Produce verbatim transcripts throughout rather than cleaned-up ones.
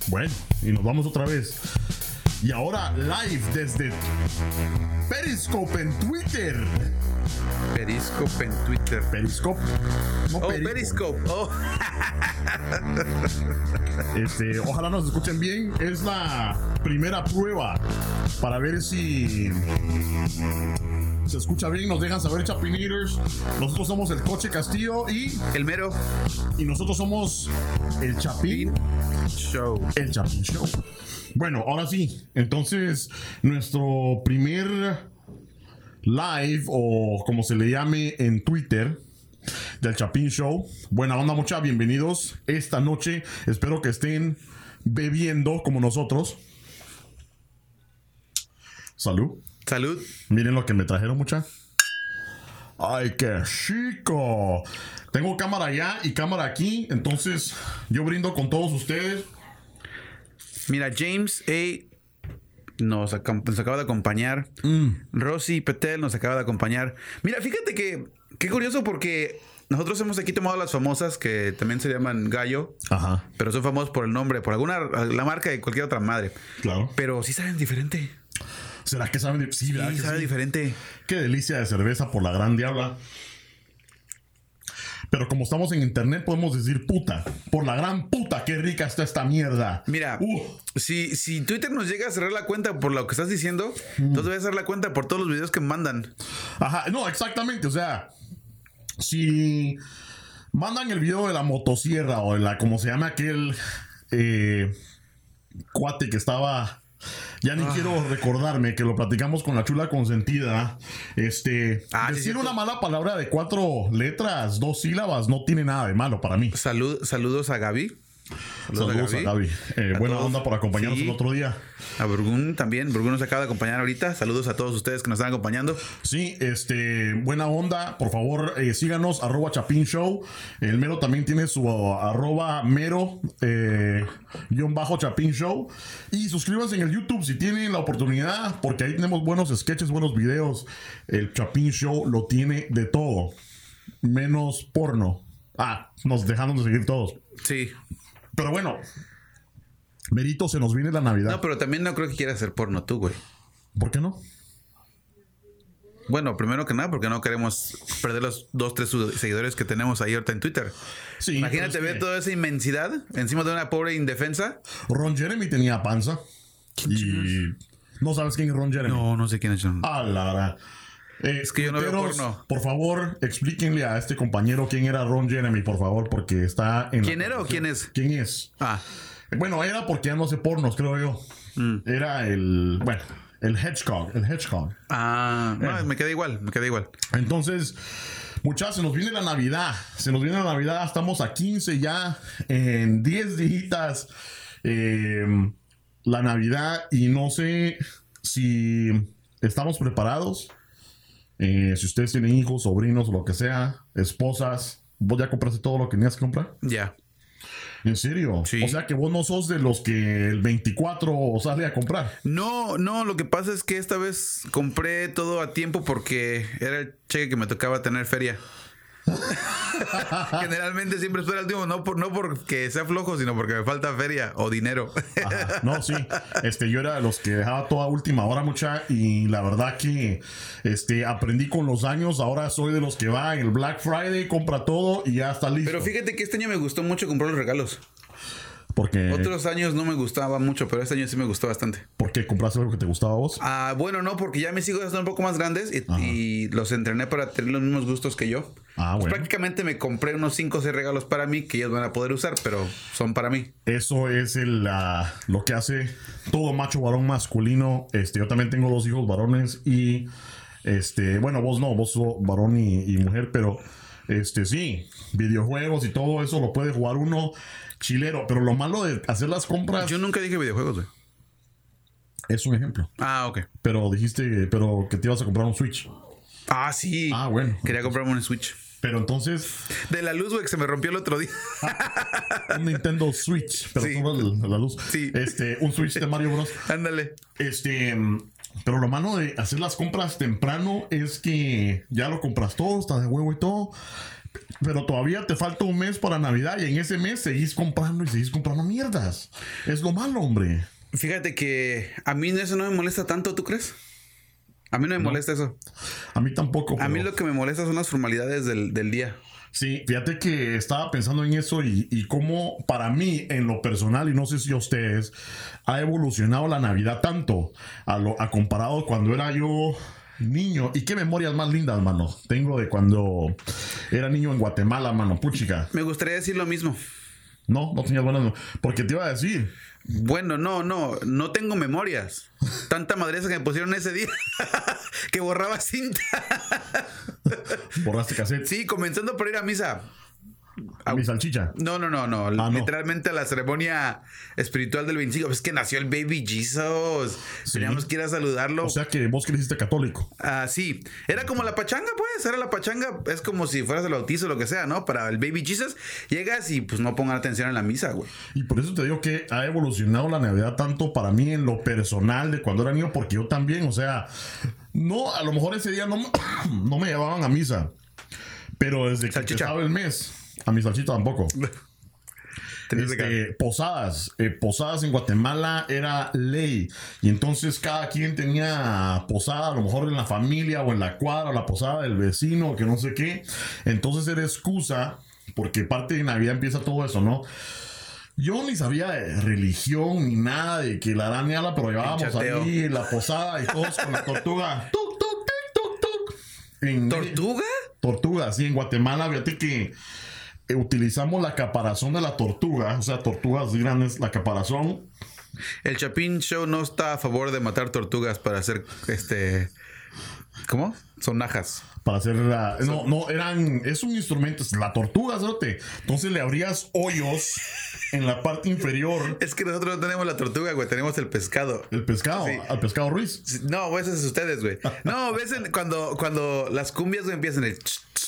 Bueno, y nos vamos otra vez. Y ahora live desde Periscope en Twitter. Periscope en Twitter. Periscope. No, oh, Perico. Periscope. Oh. Este, ojalá nos escuchen bien. Es la primera prueba para ver si se escucha bien. Nos dejan saber, Chapinators. Nosotros somos el Coche Castillo y El Mero y nosotros somos el Chapín Show. El Chapín Show. Bueno, ahora sí. Entonces, nuestro primer live, o como se le llame en Twitter, del Chapín Show. Buena onda, mucha. Bienvenidos esta noche. Espero que estén bebiendo como nosotros. Salud. Salud. Miren lo que me trajeron, mucha. ¡Ay, qué chico! Tengo cámara allá y cámara aquí. Entonces, yo brindo con todos ustedes. Mira, James A. Nos, acom- nos acaba de acompañar. Mm. Rosy Petel nos acaba de acompañar. Mira, fíjate que qué curioso porque nosotros hemos aquí tomado las famosas que también se llaman Gallo. Ajá. Pero son famosas por el nombre, por alguna la marca de cualquier otra madre. Claro. Pero sí saben diferente. ¿Será que saben? Sí, ¿verdad? Sí, que sabe sí? diferente. Qué delicia de cerveza por la gran diabla. Pero como estamos en internet, podemos decir puta. Por la gran puta, qué rica está esta mierda. Mira, Uh. si, si Twitter nos llega a cerrar la cuenta por lo que estás diciendo, entonces voy a cerrar la cuenta por todos los videos que me mandan. Ajá, no, exactamente. O sea, si mandan el video de la motosierra o de la, como se llama aquel eh, cuate que estaba. Ya ni Ah. quiero recordarme que lo platicamos con la chula consentida. Este, Ah, sí, decir cierto. una mala palabra de cuatro letras, dos sílabas, no tiene nada de malo para mí. Salud, saludos a Gaby. Saludos a Gaby. Eh, A buena todos. onda por acompañarnos Sí. el otro día. A Burgún también. Burgún nos acaba de acompañar ahorita. Saludos a todos ustedes que nos están acompañando. Sí, este, buena onda. Por favor, eh, síganos, arroba Chapín Show. El Mero también tiene su uh, arroba Mero, eh, guión bajo Chapín Show. Y suscríbanse en el YouTube si tienen la oportunidad, porque ahí tenemos buenos sketches, buenos videos. El Chapín Show lo tiene de todo, menos porno. Ah, nos dejaron de seguir todos. Sí. Pero bueno, Merito, se nos viene la Navidad. No, pero también no creo que quieras hacer porno tú, güey. ¿Por qué no? Bueno, primero que nada, porque no queremos perder los dos, tres su- seguidores que tenemos ahí ahorita en Twitter. Sí, Imagínate pero es ver que toda esa inmensidad encima de una pobre indefensa. Ron Jeremy tenía panza. Y no sabes quién es Ron Jeremy. No, no sé quiénes son. A la hora. Eh, Es que yo no veo tuiteros, porno. Por favor, explíquenle a este compañero quién era Ron Jeremy, por favor, porque está en. la ¿Quién era o quién es? ¿Quién es? Ah, Bueno, era porque ya no hace pornos, creo yo. Mm. Era el. Bueno, el Hedgehog. El Hedgehog. ah, no, Eh. me queda igual, me queda igual. Entonces, muchachos, se nos viene la Navidad. Se nos viene la Navidad. Estamos a quince ya. En diez días. eh, la Navidad. Y no sé si estamos preparados. Eh, si ustedes tienen hijos, sobrinos, lo que sea, esposas, ¿vos ya compraste todo lo que tenías que comprar? Ya. ¿En serio? Sí. O sea que vos no sos de los que el veinticuatro sale a comprar. No, no, lo que pasa es que esta vez compré todo a tiempo porque era el cheque que me tocaba tener feria. Generalmente siempre espera el último, no, por, no porque sea flojo, sino porque me falta feria o dinero. Ajá. No, sí. Este, yo era de los que dejaba toda última hora, mucha, y la verdad que este, aprendí con los años. Ahora soy de los que va en el Black Friday, compra todo y ya está listo. Pero fíjate que este año me gustó mucho comprar los regalos. Porque, Otros años no me gustaba mucho, pero este año sí me gustó bastante. ¿por qué compraste algo que te gustaba a vos? Ah, bueno, no, porque ya mis hijos están un poco más grandes y, y los entrené para tener los mismos gustos que yo. Ah, Pues bueno. prácticamente me compré unos cinco o seis regalos para mí que ellos van a poder usar, pero son para mí. Eso es el, la- lo que hace todo macho varón masculino. Este, yo también tengo dos hijos varones y este, bueno, vos no, vos sos varón y, y mujer, pero este sí, videojuegos y todo eso lo puede jugar uno chilero. Pero lo malo de hacer las compras Yo nunca dije videojuegos, güey. es un ejemplo. Ah, ok. Pero dijiste, pero que te ibas a comprar un Switch. Ah, sí. Ah, bueno. Quería comprarme un Switch. Pero entonces, De la luz, güey, que se me rompió el otro día. un Nintendo Switch, pero Sí. solo la, la luz. Sí. Este, un Switch de Mario Bros. Ándale. Este, mm, pero lo malo de hacer las compras temprano es que ya lo compras todo, está de huevo y todo. pero todavía te falta un mes para Navidad y en ese mes seguís comprando y seguís comprando mierdas. Es lo malo, hombre. Fíjate que a mí eso no me molesta tanto, ¿tú crees? A mí no me no. molesta eso. A mí tampoco. A pero... mí lo que me molesta son las formalidades del, del día. Sí, fíjate que estaba pensando en eso y, y cómo para mí, en lo personal, y no sé si a ustedes, ha evolucionado la Navidad tanto a, lo, a comparado cuando era yo niño. Y qué memorias más lindas, mano, tengo de cuando era niño en Guatemala, mano, puchica. Me gustaría decir lo mismo. No, no tenías buenas, porque te iba a decir. Bueno, no, no, no tengo memorias. Tanta madreza que me pusieron ese día que borraba cinta. ¿Borraste cassette? Sí, comenzando por ir a misa. ¿A mi salchicha? No, no, no, no. Ah, literalmente no. a la ceremonia espiritual del veinticinco. Es que nació el baby Jesus. Sí. Teníamos que ir a saludarlo. O sea que vos creciste católico. Ah, sí. Era como la pachanga, pues. Era la pachanga. Es como si fueras el bautizo o lo que sea, ¿no? Para el baby Jesus. Llegas y pues no pongan atención en la misa, güey. Y por eso te digo que ha evolucionado la Navidad tanto para mí en lo personal de cuando era niño. Porque yo también, o sea, no, a lo mejor ese día no, no me llevaban a misa. Pero desde que empezaba el mes... A mi salchita tampoco. Este, posadas. Eh, posadas en Guatemala era ley. Y entonces cada quien tenía posada, a lo mejor en la familia o en la cuadra, o la posada del vecino, que no sé qué. Entonces era excusa, porque parte de Navidad empieza todo eso, ¿no? Yo ni sabía de religión ni nada, de que la araña ala, pero llevábamos ahí en la posada y todos con la tortuga. ¡Tuc, tuc, tic, tuc, tuc! En, ¿Tortuga? Tortuga, sí, en Guatemala, fíjate que utilizamos la caparazón de la tortuga, o sea, tortugas grandes, la caparazón. El Chapín Show no está a favor de matar tortugas para hacer este. ¿Cómo? Sonajas. Para hacer la. No, no, eran. Es un instrumento, es la tortuga, ¿sabes? Entonces le abrías hoyos en la parte inferior. Es que nosotros no tenemos la tortuga, güey, tenemos el pescado. ¿El pescado? Sí. ¿Al pescado Ruiz? No, ese es ustedes, güey. No, ves en, cuando, cuando las cumbias güey, empiezan el.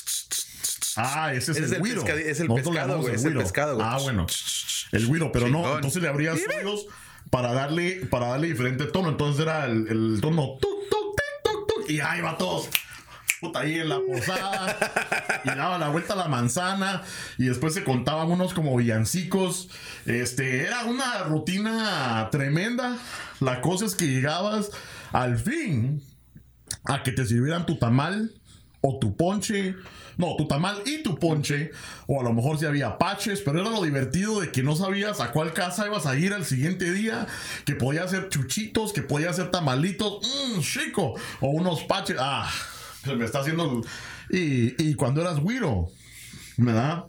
Ah, ese es, ese el, es el güiro. Pescado, es el Nosotros pescado, güey. Es el pescado, güey. Ah, bueno. El güiro, pero Chingón. No. Entonces le abrías hoyos para darle, para darle diferente tono. Entonces era el, el tono. Tuc, tuc, tuc, tuc, y ahí va todos. Puta, ahí en la posada. Y daba la vuelta a la manzana. Y después se contaban unos como villancicos. Este, era una rutina tremenda. La cosa es que llegabas al fin a que te sirvieran tu tamal o tu ponche. No, tu tamal y tu ponche. O a lo mejor si había paches. Pero era lo divertido de que no sabías a cuál casa ibas a ir al siguiente día. Que podía ser chuchitos, que podía ser tamalitos. Mmm, chico. O unos paches. Ah, se me está haciendo. Y, y cuando eras güiro, ¿verdad?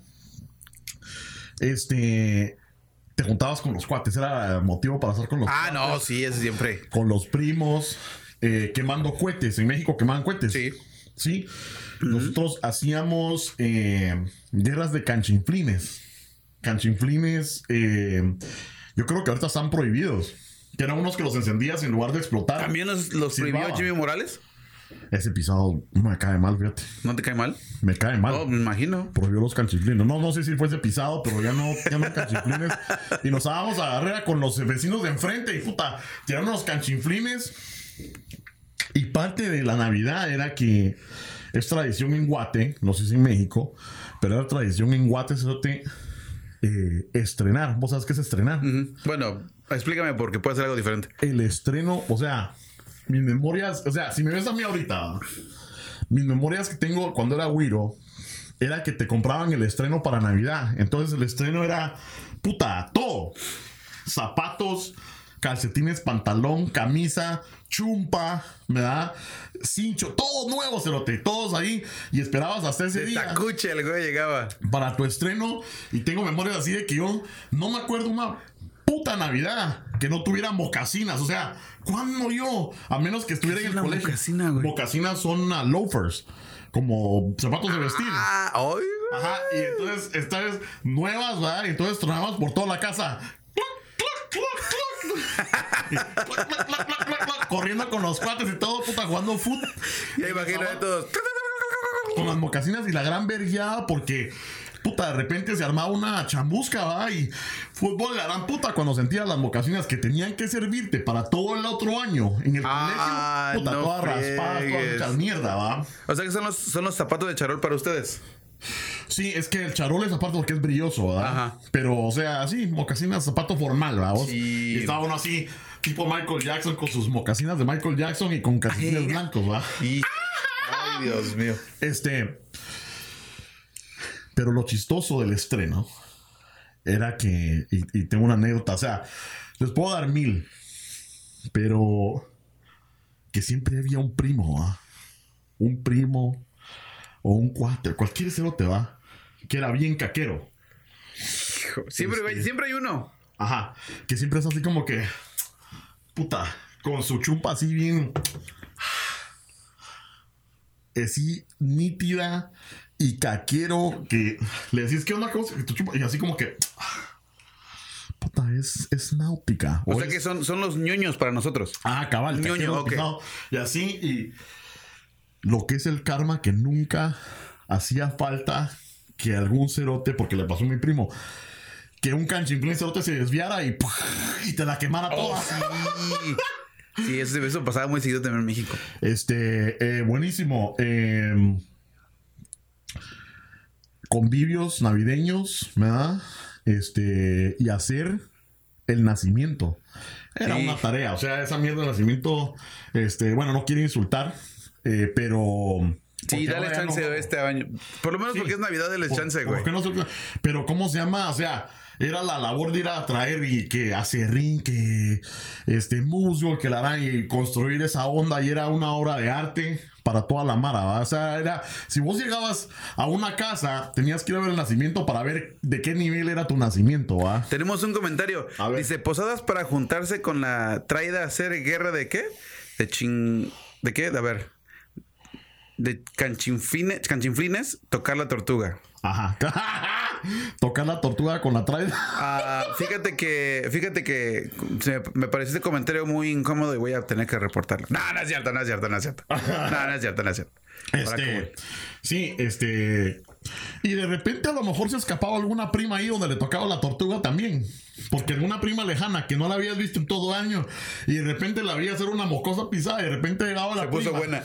Este. Te juntabas con los cuates. Era motivo para estar con los ah, cuates. Ah, no, sí, eso siempre. Con los primos. Eh, quemando cohetes. En México quemaban cohetes. Sí. Sí. Nosotros hacíamos eh, guerras de canchinflines. Canchinflines, eh, yo creo que ahorita están prohibidos. Que eran unos que los encendías en lugar de explotar. ¿También los, los prohibió Jimmy Morales? Ese episodio me cae mal, fíjate. ¿No te cae mal? Me cae mal. Oh, me imagino. Prohibió los canchinflines. No, no sé si fue ese pisado, pero ya no, ya no canchinflines. Y nos dábamos a agarrar con los vecinos de enfrente y puta, tiraron los canchinflines. Y parte de la Navidad era que es tradición en Guate, no sé si en México, pero era tradición en Guate, te, eh, estrenar. ¿Vos sabes qué es estrenar? Uh-huh. Bueno, explícame porque puede ser algo diferente. El estreno, o sea, mis memorias, o sea, si me ves a mí ahorita, mis memorias que tengo cuando era güiro, era que te compraban el estreno para Navidad. Entonces el estreno era, puta, todo. Zapatos, calcetines, pantalón, camisa, chumpa, ¿verdad? Cincho, todo nuevo, cerote, todos ahí. Y esperabas hasta ese de día. Tacuche, el güey llegaba. Para tu estreno. Y tengo memorias así de que yo no me acuerdo una puta Navidad que no tuviera mocasinas. O sea, ¿cuándo yo? A menos que estuviera en el colegio. Mocasina, güey? Mocasinas son uh, loafers. Como zapatos de vestir. Ah, hoy. Ajá, y entonces esta vez nuevas, ¿verdad? Y entonces tronabas por toda la casa. Corriendo con los cuates y todo, puta, jugando fútbol. Ya imagino de todos. Con las mocasinas y la gran vergueada, porque, puta, de repente se armaba una chambusca, ¿va? Y fútbol, la gran puta, cuando sentías las mocasinas que tenían que servirte para todo el otro año en el ah, colegio, puta, no todas raspadas, todas hechas mierda, ¿va? O sea que son los, son los zapatos de charol para ustedes. Sí, es que el charol es aparte porque es brilloso, ¿verdad? Ajá. Pero, o sea, sí, mocasinas, zapato formal, ¿verdad? Vos? Sí. Y estaba uno así, tipo Michael Jackson, con sus mocasinas de Michael Jackson y con calcetines blancos, ¿verdad? Y... Ay, Dios mío. Este... Pero lo chistoso del estreno era que... Y, y tengo una anécdota, o sea, les puedo dar mil, pero... Que siempre había un primo, ¿verdad? Un primo o un cuate, cualquier cero te va, que era bien caquero. Hijo, siempre, este, siempre hay uno. Ajá, que siempre es así como que, puta, con su chumpa así bien, así nítida y caquero, que le decís, ¿qué onda? Que tu chumpa? Y así como que, puta, es, es náutica. O, o sea es... que son, son los ñoños para nosotros. Ah, cabal, ñoño, ok. Pisado, y así, y lo que es el karma, que nunca hacía falta que algún cerote, porque le pasó a mi primo, que un canchinflín cerote se desviara y, y te la quemara oh, toda. Sí, sí eso, eso pasaba muy seguido también en México. Este, eh, buenísimo. Eh, convivios navideños, ¿verdad? Este, y hacer el nacimiento. Era sí. una tarea. O sea, esa mierda del nacimiento, este, bueno, no quiero insultar, eh, pero... Sí, dale chance no, este año. Por lo menos sí, porque es Navidad, dale por, chance, güey. No, pero ¿cómo se llama? O sea, era la labor de ir a traer y que acerrín, que este musgo, que la harán y construir esa onda, y era una obra de arte para toda la mara, ¿verdad? O sea, era, si vos llegabas a una casa, tenías que ir a ver el nacimiento para ver de qué nivel era tu nacimiento, ¿verdad? Tenemos un comentario. Dice, posadas para juntarse con la traída a hacer guerra de qué? De chin... ¿De qué? A ver... De canchinflines, canchinflines, tocar la tortuga. Ajá. Tocar la tortuga con la traida. Uh, fíjate que, fíjate que me pareció este comentario muy incómodo y voy a tener que reportarlo. No, no es cierto, no es cierto, no es cierto. No, no es cierto, no es cierto. Este, sí, este... Y de repente a lo mejor se escapaba alguna prima ahí donde le tocaba la tortuga también. Porque alguna prima lejana que no la habías visto en todo año y de repente la veía hacer una mocosa pisada y de repente llegaba la se prima. Se puso buena.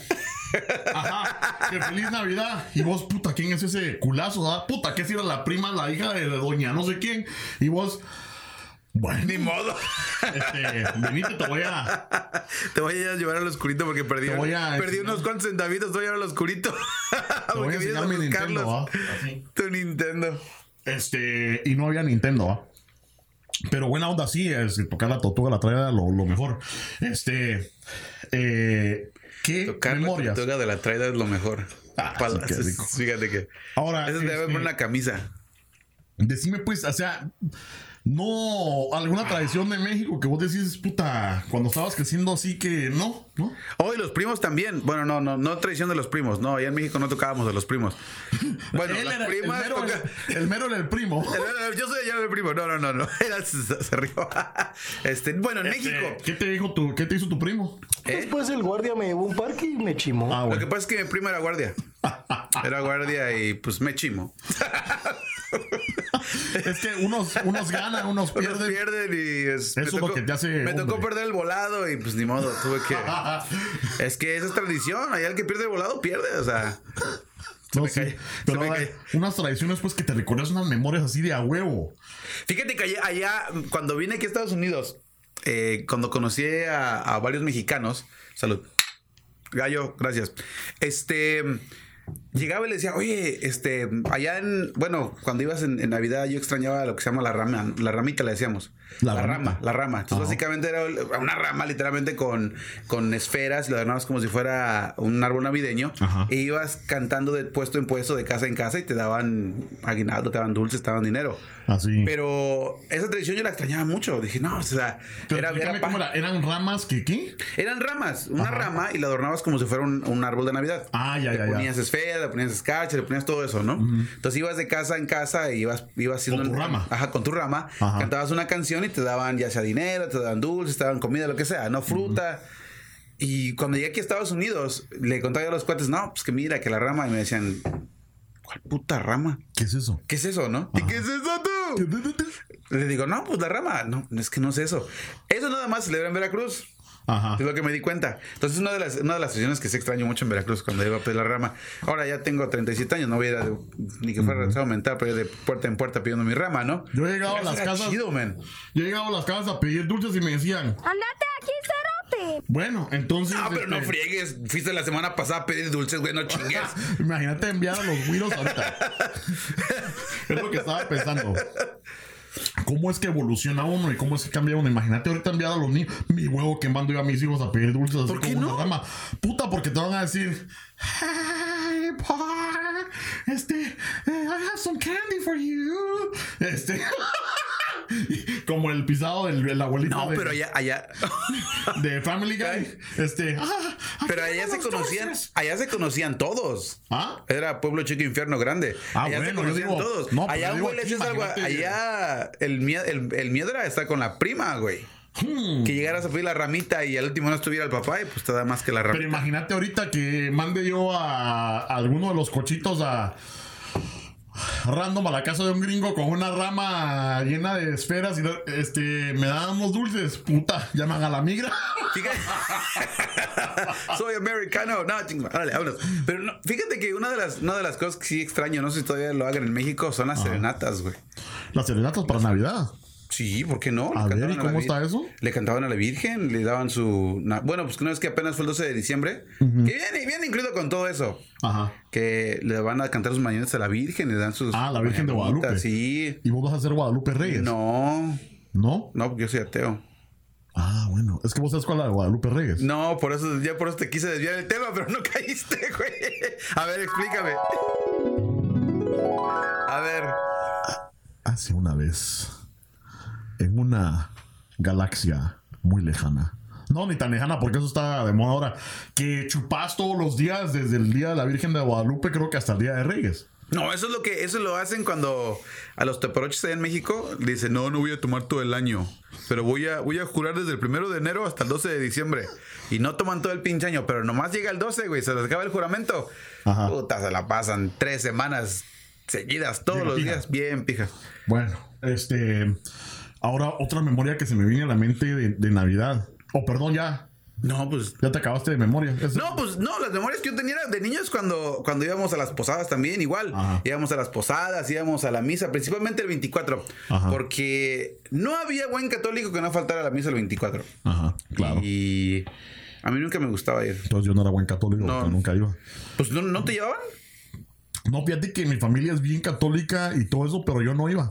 Ajá, que feliz Navidad. Y vos, puta, ¿quién es ese culazo? ¿Ah? Puta, ¿qué si era la prima, la hija de doña no sé quién? Y vos... Bueno, ni modo. Este, venite, te voy a... Te voy a llevar al oscurito porque perdí, te voy a perdí unos cuantos centavitos. Te voy a llevar al oscurito. Te voy a enseñar mi Nintendo, ¿ah? Así. Tu Nintendo. Este, y no había Nintendo, ¿ah? Pero buena onda, sí, es tocar la tortuga, la traida, lo, lo mejor. Este, eh, ¿qué tocar memorias? La tortuga de la traida es lo mejor. Ah, Palas, sí, rico. Fíjate que... Ahora, eso te debe este, poner una camisa. Decime, pues, o sea... No, alguna tradición de México que vos decís, puta, cuando estabas creciendo así que no, ¿no? Oh, y los primos también. Bueno, no, no, no tradición de los primos. No, allá en México no tocábamos de los primos. Bueno, Él las era, primas. El mero, toca... el, el mero era el primo. El, yo soy allá el primo. No, no, no, no. Era, se, se rió. Este, bueno, en este, México. ¿Qué te dijo tu, qué te hizo tu primo? ¿Eh? Después el guardia me llevó a un parque y me chimó. Ah, bueno. Lo que pasa es que mi primo era guardia. Era guardia y pues me chimo. Es que unos, unos ganan, unos pierden. Unos pierden y es, eso me es tocó, lo que te hace. Me hombre. tocó perder el volado y pues ni modo, tuve que. Es que esa es tradición. Allá el que pierde el volado pierde, o sea. No, sí. Cae, pero hay unas tradiciones, pues, que te recuerdas unas memorias así de a huevo. Fíjate que allá, allá cuando vine aquí a Estados Unidos, eh, cuando conocí a, a varios mexicanos, salud. Gallo, gracias. Este. Llegaba y le decía, oye, este, allá en, bueno, cuando ibas en, en Navidad yo extrañaba lo que se llama la rama, la ramita le decíamos. La, la rama, la rama. Entonces, uh-huh. básicamente era una rama literalmente con, con esferas, y lo adornabas como si fuera un árbol navideño. Uh-huh. E ibas cantando de puesto en puesto, de casa en casa, y te daban aguinaldo, te daban dulces, te daban dinero. Así. Pero esa tradición yo la extrañaba mucho. Dije, no, o sea, era, era, ¿cómo era? ¿Eran ramas que qué? Eran ramas, una Ajá. rama, y la adornabas como si fuera un, un árbol de Navidad. Ah, ya, le ya, ponías ya. esferas, le ponías escarcha, le ponías todo eso, ¿no? Uh-huh. Entonces ibas de casa en casa y ibas, ibas haciendo... Con tu un, rama. Ajá, con tu rama. Ajá. Cantabas una canción y te daban ya sea dinero, te daban dulces, te daban comida, lo que sea, ¿no? Fruta. Uh-huh. Y cuando llegué aquí a Estados Unidos, le contaba a los cuates, no, pues que mira, que la rama, y me decían... ¿Cuál puta rama? ¿Qué es eso? ¿Qué es eso, no? Ajá. ¿Y qué es eso tú? Le digo, no, pues la rama. No, es que no es eso. Eso nada más se celebra en Veracruz. Ajá. Es lo que me di cuenta. Entonces, una de las, una de las sesiones que se extraño mucho en Veracruz cuando iba a pedir la rama. Ahora ya tengo treinta y siete años, no voy a ir a de, ni que fuera retrasado mental, pero ir de puerta en puerta pidiendo mi rama, ¿no? Yo he llegado a las Era casas. chido, man. Yo he llegado a las casas a pedir dulces y me decían, ¡Andate aquí, cerote! bueno, entonces. No, pero no este, friegues. Fuiste la semana pasada a pedir dulces, güey, no chingues. Imagínate enviar a los güiros ahorita. Es lo que estaba pensando. ¿Cómo es que evoluciona uno y cómo es que cambia uno? Imagínate ahorita enviar a los niños. Mi huevo que mando yo a mis hijos a pedir dulces así ¿Por qué como no? una rama. Puta, porque te van a decir, hey, pa, este, eh, I have some candy for you. Este, como el pisado del, del abuelito No, de, pero allá, allá. de Family Guy. Este, ah, Pero aquí allá van se los conocían, dulces. allá se conocían todos. ¿Ah? Era pueblo chico, infierno grande. Ah, allá bueno, se yo conocían digo, todos. no, pero allá, yo digo güey, le aquí, decías algo. imagínate. Allá el, mie- el, el miedo era estar con la prima, güey. Hmm. Que llegaras a pedir la ramita y al último no estuviera el papá y pues te da más que la ramita. Pero imagínate ahorita que mande yo a, a alguno de los cochitos a random a la casa de un gringo con una rama llena de esferas y este me dan unos dulces. Puta, llaman a la migra. Fíjate. Soy americano. No, chingo. Órale, vámonos. Pero no, fíjate que una de las, una de las cosas que sí extraño, no sé si todavía lo hagan en México, son las serenatas, güey. Las serenatas para Navidad. Sí, ¿por qué no? Le A ver, cantaban ¿y la cómo vir- está eso? Le cantaban a la Virgen, le daban su... na- Bueno, pues no es que apenas fue el doce de diciembre. Que viene, viene incluido con todo eso. Ajá. Que le van a cantar sus mañanitas a la Virgen, le dan sus... Ah, la Virgen de mañanitas, Guadalupe. Sí. ¿Y vos vas a ser Guadalupe Reyes? No, ¿No? no, porque yo soy ateo. Ah, bueno. Es que vos sabes cuál es la de Guadalupe Reyes. No, por eso, ya por eso te quise desviar el tema, pero no caíste, güey. A ver, explícame. A ver. Hace una vez, en una galaxia muy lejana. No, ni tan lejana, porque eso está de moda ahora. Que chupas todos los días, desde el día de la Virgen de Guadalupe, creo que hasta el día de Reyes. No, eso es lo que, eso lo hacen cuando a los teporoches allá en México dicen, no, no voy a tomar todo el año, pero voy a, voy a jurar desde el primero de enero hasta el doce de diciembre. Y no toman todo el pinche año, pero nomás llega el doce, güey, se les acaba el juramento. Ajá. Puta, se la pasan tres semanas seguidas, todos Bien los pijas. días, bien pijas. Bueno, este... Ahora, otra memoria que se me viene a la mente de, de Navidad. Oh, perdón, ya. No, pues... Ya te acabaste de memoria. Es- No, pues no, las memorias que yo tenía de niños cuando, cuando íbamos a las posadas también, igual. Ajá. Íbamos a las posadas, íbamos a la misa, principalmente el veinticuatro. Ajá. Porque no había buen católico que no faltara a la misa el veinticuatro. Ajá, claro. Y a mí nunca me gustaba ir. Entonces yo no era buen católico, No. porque nunca iba. Pues no, ¿no te llevaban? No, fíjate que mi familia es bien católica y todo eso, pero yo no iba.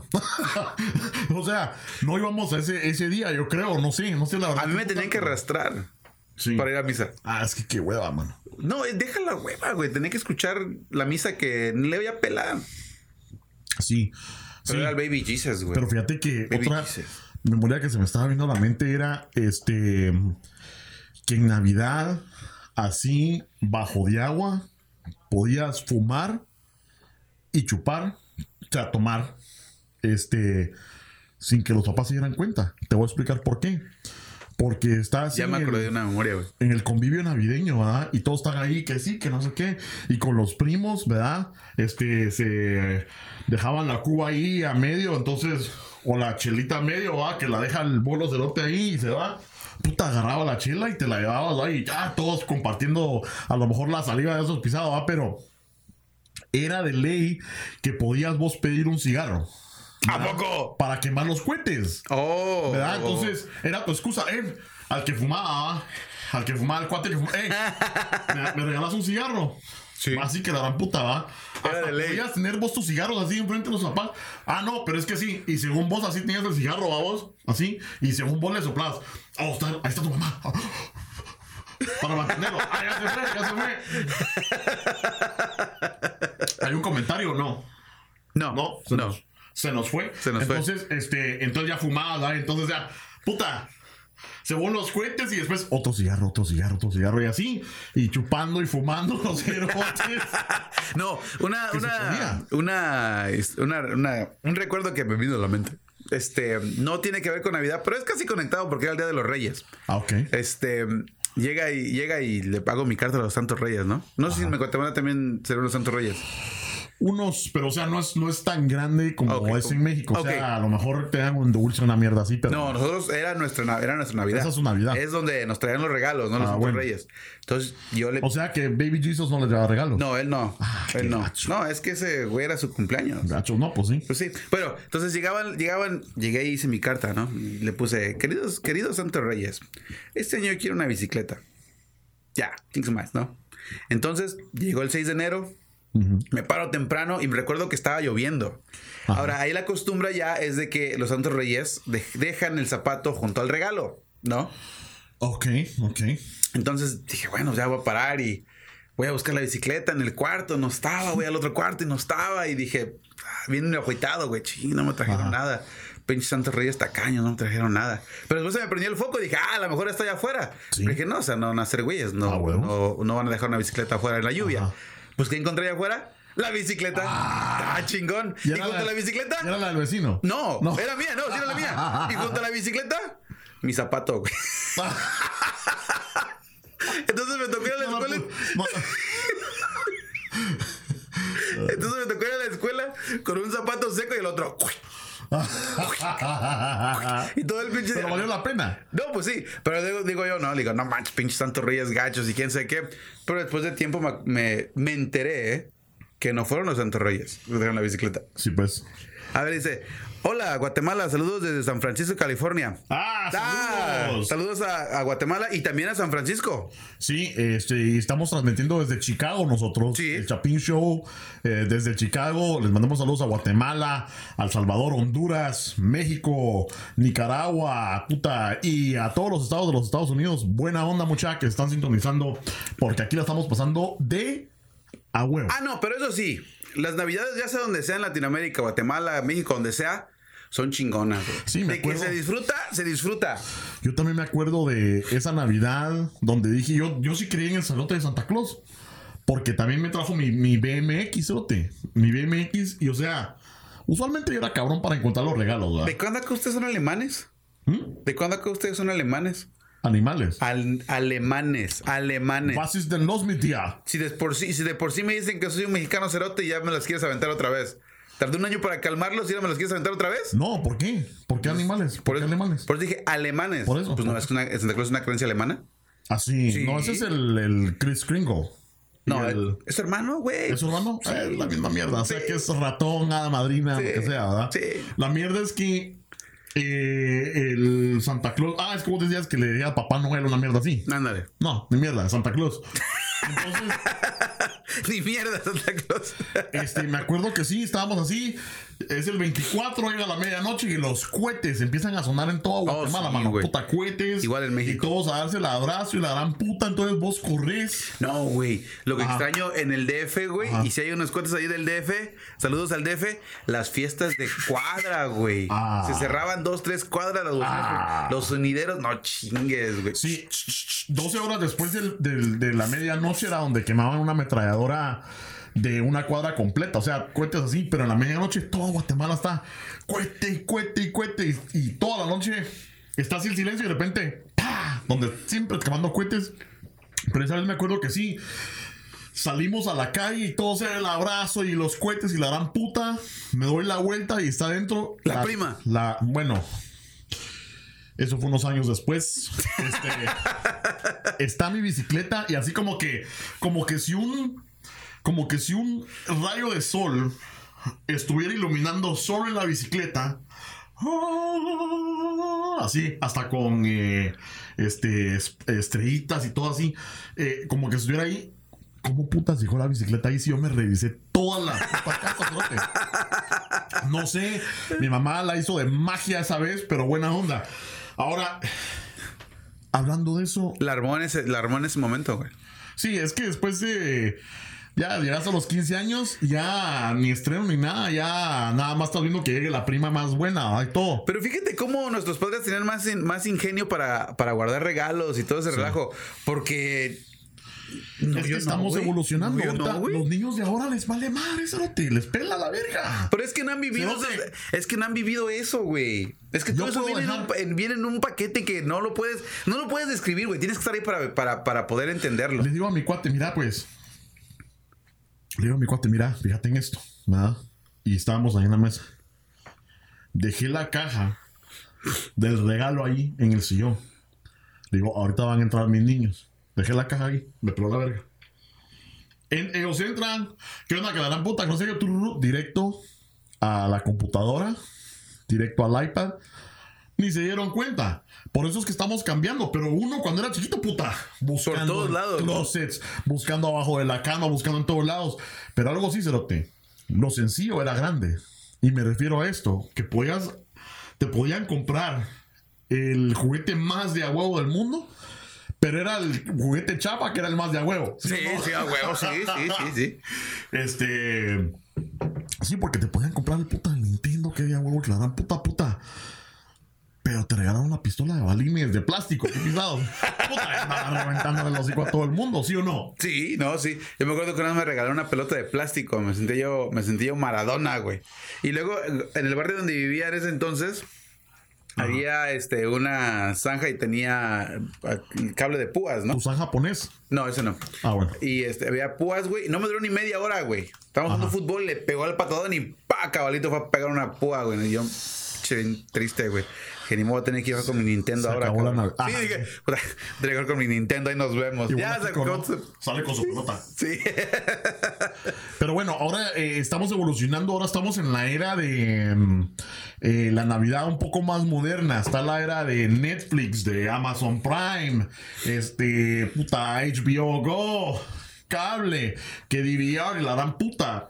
O sea, no íbamos a ese, ese día, yo creo, no sé, no sé la verdad. A mí me tenían que arrastrar Sí. para ir a misa. Ah, es que qué hueva, mano. No, eh, deja la hueva, güey. Tenía que escuchar la misa que ni le voy a pelar. Sí. Pero Sí. era el Baby Jesus, güey. Pero fíjate que Baby otra Jesus. memoria que se me estaba viendo a la mente era este que en Navidad, así, bajo de agua, podías fumar y chupar, o sea, tomar, este, sin que los papás se dieran cuenta. Te voy a explicar por qué. Porque está así Ya me en acordé de el, una memoria, güey. en el convivio navideño, ¿verdad? Y todos están ahí, que sí, que no sé qué. Y con los primos, ¿verdad? Este, se dejaban la cuba ahí a medio, entonces, o la chelita a medio, ¿verdad? Que la deja el bolo cerote ahí y se va. Puta, agarraba la chela y te la llevabas ahí, ya todos compartiendo a lo mejor la saliva de esos pisados, ¿verdad? Pero era de ley que podías vos pedir un cigarro. ¿A poco? Para quemar los cohetes. Oh. ¿Verdad? Entonces, era tu excusa, eh, al que fumaba, al que fumaba, el cuate que fumaba, eh, ¿me, me regalas un cigarro? Sí. Así que la gran puta, ¿va? Era Hasta de ley. podías tener vos tus cigarros así enfrente de los papás. Ah, no, pero es que sí. Y según vos así tenías el cigarro, ¿va vos? Así. Y según vos le soplabas. Oh, está, ahí está tu mamá. Para mantenerlo. Ah, ya se fue, ya se fue. ¿Hay un comentario o no? No, No, se, no. Nos, se nos fue. Se nos fue. entonces, este, entonces ya fumaba, ¿verdad? Entonces ya, puta, se van los cohetes y después otro cigarro, otro cigarro, otro cigarro y así, y chupando y fumando los cerotes. No, una, ¿Qué se una, podía? una, es- una, una- un recuerdo que me vino a la mente. Este, no tiene que ver con Navidad, pero es casi conectado porque era el Día de los Reyes. Ah, ok. Este, llega y llega y le pago mi carta a los Santos Reyes, ¿no? No sé si en Guatemala también serán los Santos Reyes. Unos, pero o sea, no es, no es tan grande como Ok, es en México. O ok. sea, a lo mejor te dan un dulce, una mierda así, pero. No, nosotros era nuestra, na- era nuestra Navidad. Esa es su Navidad. Es donde nos traían los regalos, no los Ah, Santos bueno. Reyes. Entonces yo le... O sea que Baby Jesus no les lleva regalos. no, él no. Ah, qué él no. gacho. No, es que ese güey era su cumpleaños. Gacho, no, pues sí. Pues sí. Bueno, entonces llegaban, llegaban, llegué y hice mi carta, ¿no? Y le puse, queridos, queridos Santos Reyes, este año yo quiero una bicicleta. Ya, cinco más, ¿no? Entonces llegó el seis de enero. Ujú. Me paro temprano y me recuerdo que estaba lloviendo. Ajá. Ahora, ahí la costumbre ya es de que los Santos Reyes de- dejan el zapato junto al regalo, ¿no? Ok, ok. Entonces dije, bueno, ya voy a parar y voy a buscar la bicicleta en el cuarto. No estaba, voy al otro cuarto y no estaba. Y dije, ah, bien agüitado, güey, ching, no me trajeron Ajá. nada. Pinche Santos Reyes tacaños, no me trajeron nada. Pero después se me prendió el foco y dije, ah, a lo mejor está allá afuera. Sí. Pero dije, no, o sea, no van a ser güeyes, no, Ah, huevo. no, no van a dejar una bicicleta afuera en la lluvia. Ajá. Pues, ¿qué encontré allá afuera? La bicicleta. Ah, chingón. ¿Y ¿Y, era junto la- a la bicicleta? ¿Y era la del vecino? No, No. era mía, no, sí era la mía. Y junto a la bicicleta, mi zapato, güey. Entonces me tocó ir a la No, escuela. no, Entonces me tocó ir a la escuela con un zapato seco y el otro. Y todo el pinche. Pero valió la pena. No, pues sí. Pero digo, digo yo, no, digo, no manches, pinches Santos Reyes gachos y quién sabe qué. Pero después de tiempo me, me, me enteré ¿eh? que no fueron los Santos Reyes los que dejaron la bicicleta. Sí, pues. A ver, dice. Hola, Guatemala, saludos desde San Francisco, California. ¡Ah, saludos! saludos a, a Guatemala y también a San Francisco. Sí, este, estamos transmitiendo desde Chicago nosotros. Sí. El Chapín Show, eh, desde Chicago. Les mandamos saludos a Guatemala, a El Salvador, Honduras, México, Nicaragua, puta, y a todos los estados de los Estados Unidos. Buena onda, mucha, que están sintonizando, porque aquí la estamos pasando de a huevo. Ah, no, pero eso sí, las navidades, ya sea donde sea en Latinoamérica, Guatemala, México, donde sea, son chingonas, güey. Sí, me de que acuerdo. se disfruta, se disfruta. Yo también me acuerdo de esa Navidad donde dije yo, yo sí creí en el salote de Santa Claus. Porque también me trajo mi, mi B M X, ¿ote? Mi B M X, y o sea, usualmente yo era cabrón para encontrar los regalos, ¿verdad? ¿De cuándo acá ustedes son alemanes? ¿Mm? ¿De cuándo acá ustedes son alemanes? Animales. Al- alemanes, alemanes. Was ist denn los mit dir? Si de, por sí, si de por sí me dicen que soy un mexicano cerote y ya me las quieres aventar otra vez. Tardé un año para calmarlos y ahora me los quieres aventar otra vez. No, ¿por qué? ¿Por qué animales? ¿Por, qué eso, animales? por eso dije alemanes. Por eso. Pues no, es que una, Santa Claus es una creencia alemana. Así. Sí. No, ese es el, el Chris Kringle. Y No, el, es su hermano, güey. ¿es su hermano? Sí. Eh, la misma mierda. O sea, Sí. que es ratón, hada madrina, Sí. lo que sea, ¿verdad? Sí. La mierda es que eh, el Santa Claus. Ah, es como decías que le decía a Papá Noel una mierda así. Ándale. No, ni mierda, Santa Claus. Entonces, Ni mierda, Santa Claus. este, me acuerdo que sí, estábamos así. Es el veinticuatro, llega la medianoche y los cohetes empiezan a sonar en toda Guatemala, sí, mano. güey. Puta, cohetes. Igual en México. Y todos a darse el abrazo y la gran puta. Entonces vos corres. No, güey. Lo que Ajá. extraño en el D F, güey. Ajá. Y si hay unos cuentos ahí del D F, saludos al D F. Las fiestas de cuadra, güey. Ah. Se cerraban dos, tres cuadras las bocinas, Ah. los sonideros. No chingues, güey. Sí, doce horas después del- del- de la medianoche era donde quemaban una ametralladora de una cuadra completa. O sea, cohetes así, pero en la medianoche toda Guatemala está cohete y cohete y cohete. Y, y toda la noche está así el silencio y de repente, ¡pah! Donde siempre quemando cohetes. Pero esa vez me acuerdo que sí. Salimos a la calle y todos era el abrazo y los cohetes y la gran puta. Me doy la vuelta y está dentro. La prima. La, bueno. Eso fue unos años después. Este, está mi bicicleta y así como que, como que si un, como que si un rayo de sol estuviera iluminando solo en la bicicleta, así, hasta con eh, este es- estrellitas y todo así, eh, como que estuviera ahí. ¿Cómo putas dejó la bicicleta ahí si yo me revisé toda la puta casa, cerote? No sé, mi mamá la hizo de magia esa vez, pero buena onda. Ahora, hablando de eso, La armó en ese, la armó en ese momento, güey. sí, es que después de ya llegas a los quince años, ya ni estreno ni nada, ya nada más estás viendo que llegue la prima más buena y todo. Pero fíjate cómo nuestros padres tenían más, in- más ingenio para, para guardar regalos y todo ese relajo. Porque. No, es que yo no, estamos güey. evolucionando. No, yo Ahorita no, güey. los niños de ahora les vale madre, cerote, les pela la verga. Pero es que no han vivido. Cerote. Es que no han vivido eso, güey. Es que Yo todo eso puedo viene en, dejar- un, pa- en- viene en un paquete que no lo puedes. No lo puedes describir, güey. Tienes que estar ahí para, para, para poder entenderlo. Les digo a mi cuate, mira, pues, Le digo a mi cuate, mira, fíjate en esto, ¿verdad? Y estábamos ahí en la mesa. Dejé la caja del regalo ahí en el sillón. Le digo, ahorita van a entrar mis niños. Dejé la caja ahí, me peló la verga. En, ellos entran, ¿qué onda? Que la gran puta, no sé qué, tururú, directo a la computadora, directo al iPad. Ni se dieron cuenta. Por eso es que estamos cambiando. Pero uno cuando era chiquito, puta, buscando por todos lados, closets, buscando abajo de la cama, buscando en todos lados. Pero algo sí, cerote. Lo sencillo era grande. Y me refiero a esto, que podías, te podían comprar el juguete más de a huevo del mundo, pero era el juguete chapa que era el más de a huevo. Sí, sí, sí, a huevo, sí, sí, sí, sí. Este... Sí, porque te podían comprar el puta Nintendo, que de a huevo, que la dan puta puta. Pero te regalaron una pistola de balines de plástico, qué pisado. Puta, estaba reventando el hocico a todo el mundo, ¿sí o no? Sí, no, sí. Yo me acuerdo que una vez me regalaron una pelota de plástico. Me sentí yo, me sentí yo Maradona, güey. Y luego, en el barrio donde vivía en ese entonces, ajá, había este, una zanja y tenía cable de púas, ¿no? ¿Tu san japonés? No, ese no. Ah, bueno. Y este, había púas, güey. No me duró ni media hora, güey. Estábamos jugando fútbol, le pegó al patadón y ¡pa! Cabalito fue a pegar una púa, güey. Y yo, che, triste, güey. Que ni modo tener que ir con mi Nintendo se ahora. Acabó la nave. Sí, dije, puta, tengo que ir con mi Nintendo, ahí nos vemos. Y Ya bueno, se con, acabó. ¿no? Sale con su pelota. Sí. Pero bueno, ahora eh, estamos evolucionando. Ahora estamos en la era de eh, la Navidad un poco más moderna. Está la era de Netflix, de Amazon Prime, este, puta, H B O Go, cable, que D V R y la dan puta.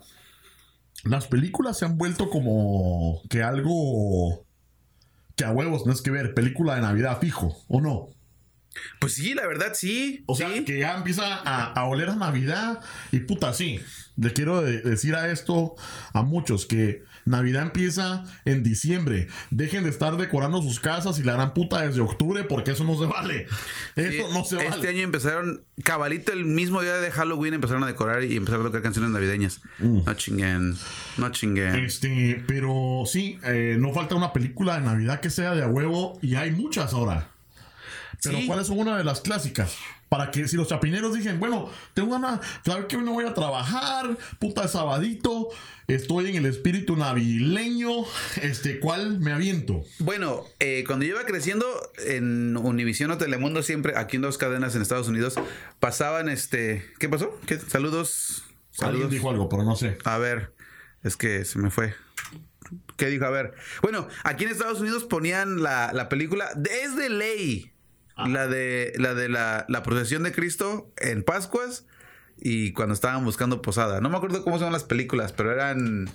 Las películas se han vuelto como que algo que a huevos no es que ver, película de Navidad fijo, ¿o no? Pues sí, la verdad, sí. O sea, sí. que ya empieza a, a oler a Navidad y puta, sí. Le quiero de, decir a esto a muchos que Navidad empieza en diciembre. Dejen de estar decorando sus casas y la gran puta desde octubre porque eso no se vale. Eso Sí, no se vale. Este año empezaron, cabalito el mismo día de Halloween, empezaron a decorar y empezaron a tocar canciones navideñas. Mm. No chinguen, no chinguen. Este, pero sí, eh, no falta una película de Navidad que sea de a huevo y hay muchas ahora. Pero sí, ¿cuáles son una de las clásicas? Para que si los chapineros dicen, bueno, tengo ganas, ¿sabes que hoy no voy a trabajar? Puta de sabadito, estoy en el espíritu navileño, este, ¿cuál me aviento? Bueno, eh, cuando yo iba creciendo en Univisión o Telemundo, siempre, aquí en dos cadenas en Estados Unidos, pasaban este... ¿Qué pasó? ¿Qué? Saludos. Saludos. Alguien dijo algo, pero no sé. A ver, es que se me fue. ¿Qué dijo? A ver. Bueno, aquí en Estados Unidos ponían la, la película, es de ley. Ah. La de la de la, la procesión de Cristo en Pascuas y cuando estaban buscando posada. No me acuerdo cómo son las películas, pero eran...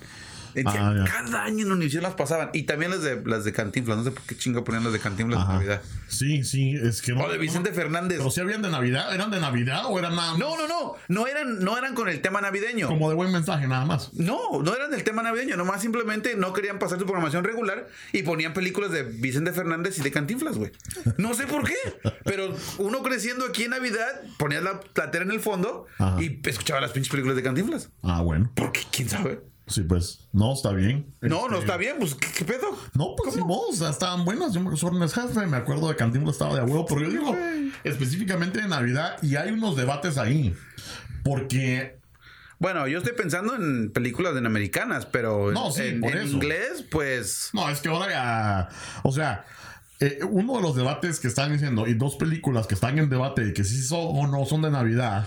Ah, cada año en Univision las pasaban. Y también las de las de Cantinflas. No sé por qué chingo ponían las de Cantinflas en Navidad. Sí, sí, es que no. O de Vicente no, Fernández. Pero si habían de Navidad, ¿eran de Navidad o eran nada más? No, no, no. No eran, no eran con el tema navideño. Como de buen mensaje, nada más. No, no eran del tema navideño. Nomás simplemente no querían pasar su programación regular y ponían películas de Vicente Fernández y de Cantinflas, güey. No sé por qué. Pero uno creciendo aquí en Navidad, ponías la platera en el fondo. Ajá. Y escuchaba las pinches películas de Cantinflas. Ah, bueno. ¿Por qué? ¿Quién sabe? Sí, pues, no, está bien. No, este... no está bien, pues, ¿qué, qué pedo? No, pues, sí, vos, o sea, estaban buenas. Yo me acuerdo jefe, me acuerdo de Cantinflas estaba de huevo, pero yo digo, específicamente de Navidad, y hay unos debates ahí, porque... Bueno, yo estoy pensando en películas de americanas, pero no, sí, en, por en eso. inglés, pues... No, es que ahora ya... O sea... Eh, uno de los debates que están diciendo, y dos películas que están en debate, y que sí son o no son de Navidad,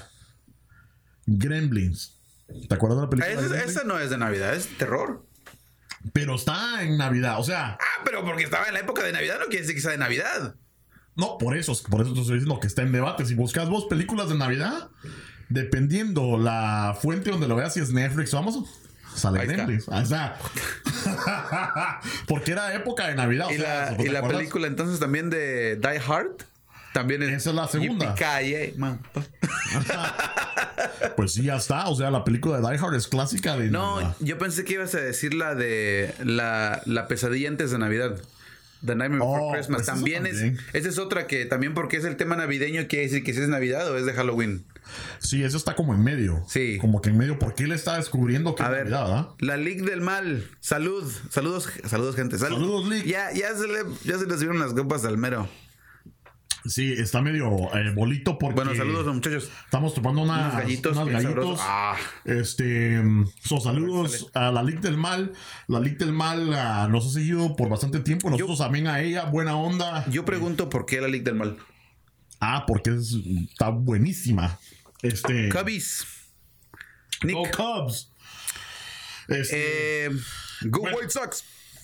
Gremlins. ¿Te acuerdas de la película? Esa, de esa no es de Navidad, es terror. Pero está en Navidad, o sea... Ah, pero porque estaba en la época de Navidad no quiere decir que sea de Navidad. No, por eso, por eso te estoy diciendo que está en debate. Si buscas vos películas de Navidad, dependiendo la fuente donde lo veas, si es Netflix o Amazon, sale Gremlins. Ahí está. Porque era época de Navidad. Y o sea, la, y la película entonces también de Die Hard... También es, esa es la segunda. Calle, man. Pues sí, ya está. O sea, la película de Die Hard es clásica de No, Navidad. Yo pensé que ibas a decir la de la, la pesadilla antes de Navidad. The Nightmare Before oh, Christmas. Pues también, también es. Esa es otra que también porque es el tema navideño, quiere decir que si es Navidad o es de Halloween. Sí, eso está como en medio. Sí. Como que en medio, porque él está descubriendo que a es ver, Navidad, ¿eh? La League del Mal. Salud. Saludos, saludos, gente. Salud. Saludos, League. Ya, ya se le, ya se le subieron las copas al mero. Sí, está medio eh, bolito porque... Bueno, saludos, muchachos. Estamos tomando unas, Unos gallitos unas bien gallitos. sabrosos. Ah. Este, so, saludos a la Lic del Mal. La Lic del Mal uh, nos ha seguido por bastante tiempo. Nosotros Yo- también a ella. Buena onda. Yo pregunto por qué la Liga del Mal. Ah, porque es, está buenísima. Este... Cubbies. Nick. Go Cubs. Este, Eh, Go Bueno. White Sox.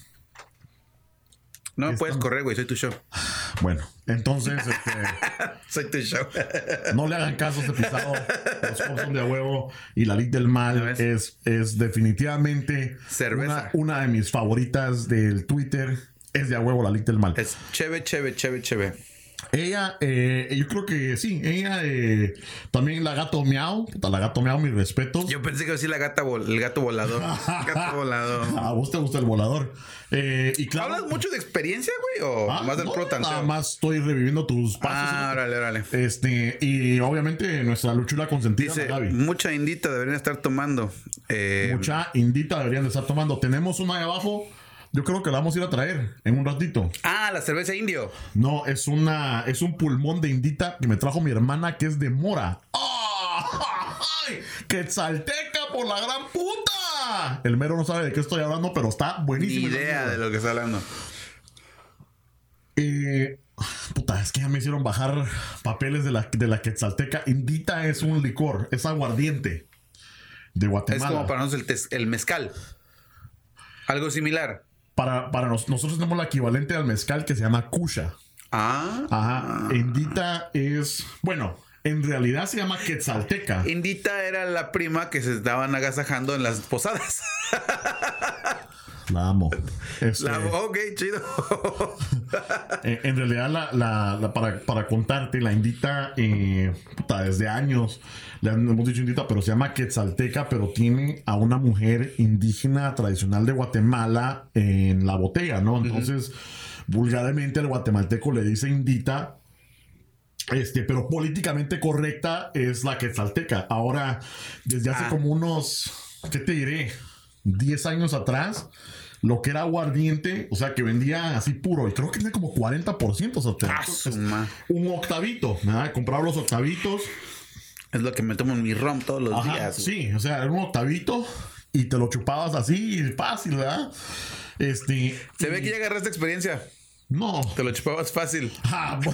No me Estamos- puedes correr, güey. Soy tu show. bueno, entonces, este, Soy tu show. no le hagan caso a este pisado. Los Cubs son de a huevo. Y la Lic del ¿Ya Mal ves? es, es definitivamente Cerveza. Una, una de mis favoritas del Twitter. Es de a huevo la Lic del Mal. Es chévere, chévere, chévere, chévere. Ella, eh, yo creo que sí, ella eh, también la gato miau, puta, la gato miau, mis respetos. Yo pensé que iba a decir la gata vol- el gato volador. Gato volador. A vos te gusta el volador. Eh, y claro, ¿Hablas mucho de experiencia, güey? ¿O ah, más del no, pro nada tanteo? más estoy reviviendo tus pasos. Ah, ¿no? órale, órale. Este, y obviamente nuestra luchula consentida, Dice, Gaby. mucha indita deberían estar tomando. Eh, Mucha indita deberían de estar tomando. Tenemos una ahí abajo. Yo creo que la vamos a ir a traer en un ratito. Ah, la cerveza indio. No, es una, es un pulmón de indita que me trajo mi hermana que es de mora. ¡Ay! ¡Quetzalteca por la gran puta! El mero no sabe de qué estoy hablando, pero está Ni buenísimo. idea de lo que está hablando. Eh, puta, es que ya me hicieron bajar papeles de la, de la Quetzalteca. Indita es un licor, es aguardiente de Es Guatemala. como para nosotros el, tes- el mezcal. Algo similar. Para, para nos- nosotros tenemos la equivalente al mezcal que se llama Kusha. Ah. Ajá. Indita es, bueno, en realidad se llama Quetzalteca. Indita era la prima que se estaban agasajando en las posadas. La amo. Este, La, ok, chido. en, en realidad, la, la- la- para, para contarte, la Indita, eh, puta, desde años le han- hemos dicho Indita, pero se llama Quetzalteca, pero tiene a una mujer indígena tradicional de Guatemala en la botella, ¿no? Entonces, vulgarmente el guatemalteco le dice Indita. Este, pero políticamente correcta es la Quetzalteca. Ahora, desde hace Ah. como unos, ¿qué te diré? diez años atrás, lo que era aguardiente, o sea, que vendía así puro, y creo que tenía como cuarenta por ciento, o sea, te- Ah, su ma- un octavito, ¿verdad? Compraba los octavitos. Es lo que me tomo en mi rom todos los Ajá, días. sí, o sea, era un octavito y te lo chupabas así, fácil, ¿verdad? Este. Se y- ve que ya agarraste experiencia. No. Te lo chupabas fácil. Ah, bo-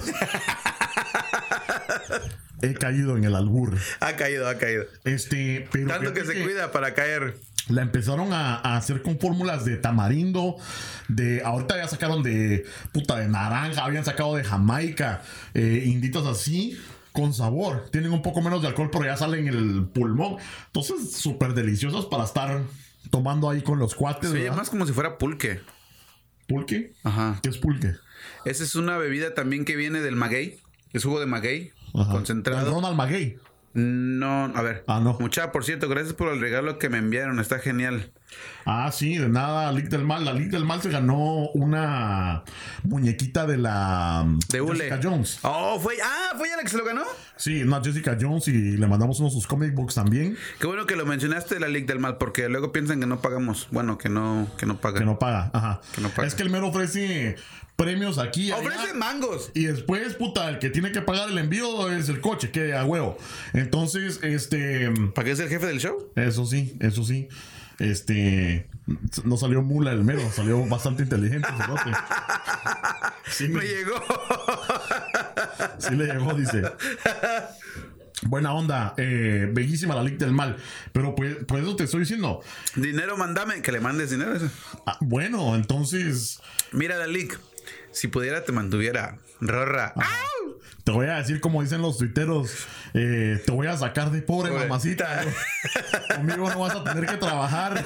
He caído en el albur. Ha caído, ha caído. Este, pero Tanto que fíjate se cuida para caer. La empezaron a, a hacer con fórmulas de tamarindo, de ahorita ya sacaron de puta de naranja, habían sacado de Jamaica, eh, inditas así con sabor. Tienen un poco menos de alcohol, pero ya salen en el pulmón. Entonces, súper deliciosas para estar tomando ahí con los cuates. Se oye ¿verdad? más como si fuera pulque. ¿Pulque? Ajá. ¿Qué es pulque? Esa es una bebida también que viene del maguey. Es jugo de maguey. Ajá. El Concentrado. Ronald Maguey. No, a ver. Ah, no. Mucha, por cierto, gracias por el regalo que me enviaron. Está genial. Ah, sí, de nada, Lic del Mal. La Lic del Mal se ganó una muñequita de la De hule. Jessica Jones. Oh, fue. Ah, fue ella la que se lo ganó. Sí, una Jessica Jones y le mandamos unos sus comic books también. Qué bueno que lo mencionaste, la Liga del Mal, porque luego piensan que no pagamos. Bueno, que no, que no pagan. Que no paga, ajá. Que no paga. Es que el mero ofrece premios aquí y allá. Ofrece mangos. Y después, puta, el que tiene que pagar el envío es el coche, que a huevo. Entonces, este. ¿Para qué es el jefe del show? Eso sí, eso sí. Este. No salió mula el mero, salió bastante inteligente. cerote. Sí, Me me, llegó. sí le llegó, dice. Buena onda, eh, bellísima la Lic del Mal. Pero pues, por eso te estoy diciendo. Dinero, mandame. Que le mandes dinero. Eso. Ah, bueno, entonces. Mira, la Liga. Si pudiera, te mantuviera. Rorra. ¡Au! Te voy a decir como dicen los tuiteros, eh, te voy a sacar de pobre, Pobre. mamacita. Conmigo no vas a tener que trabajar.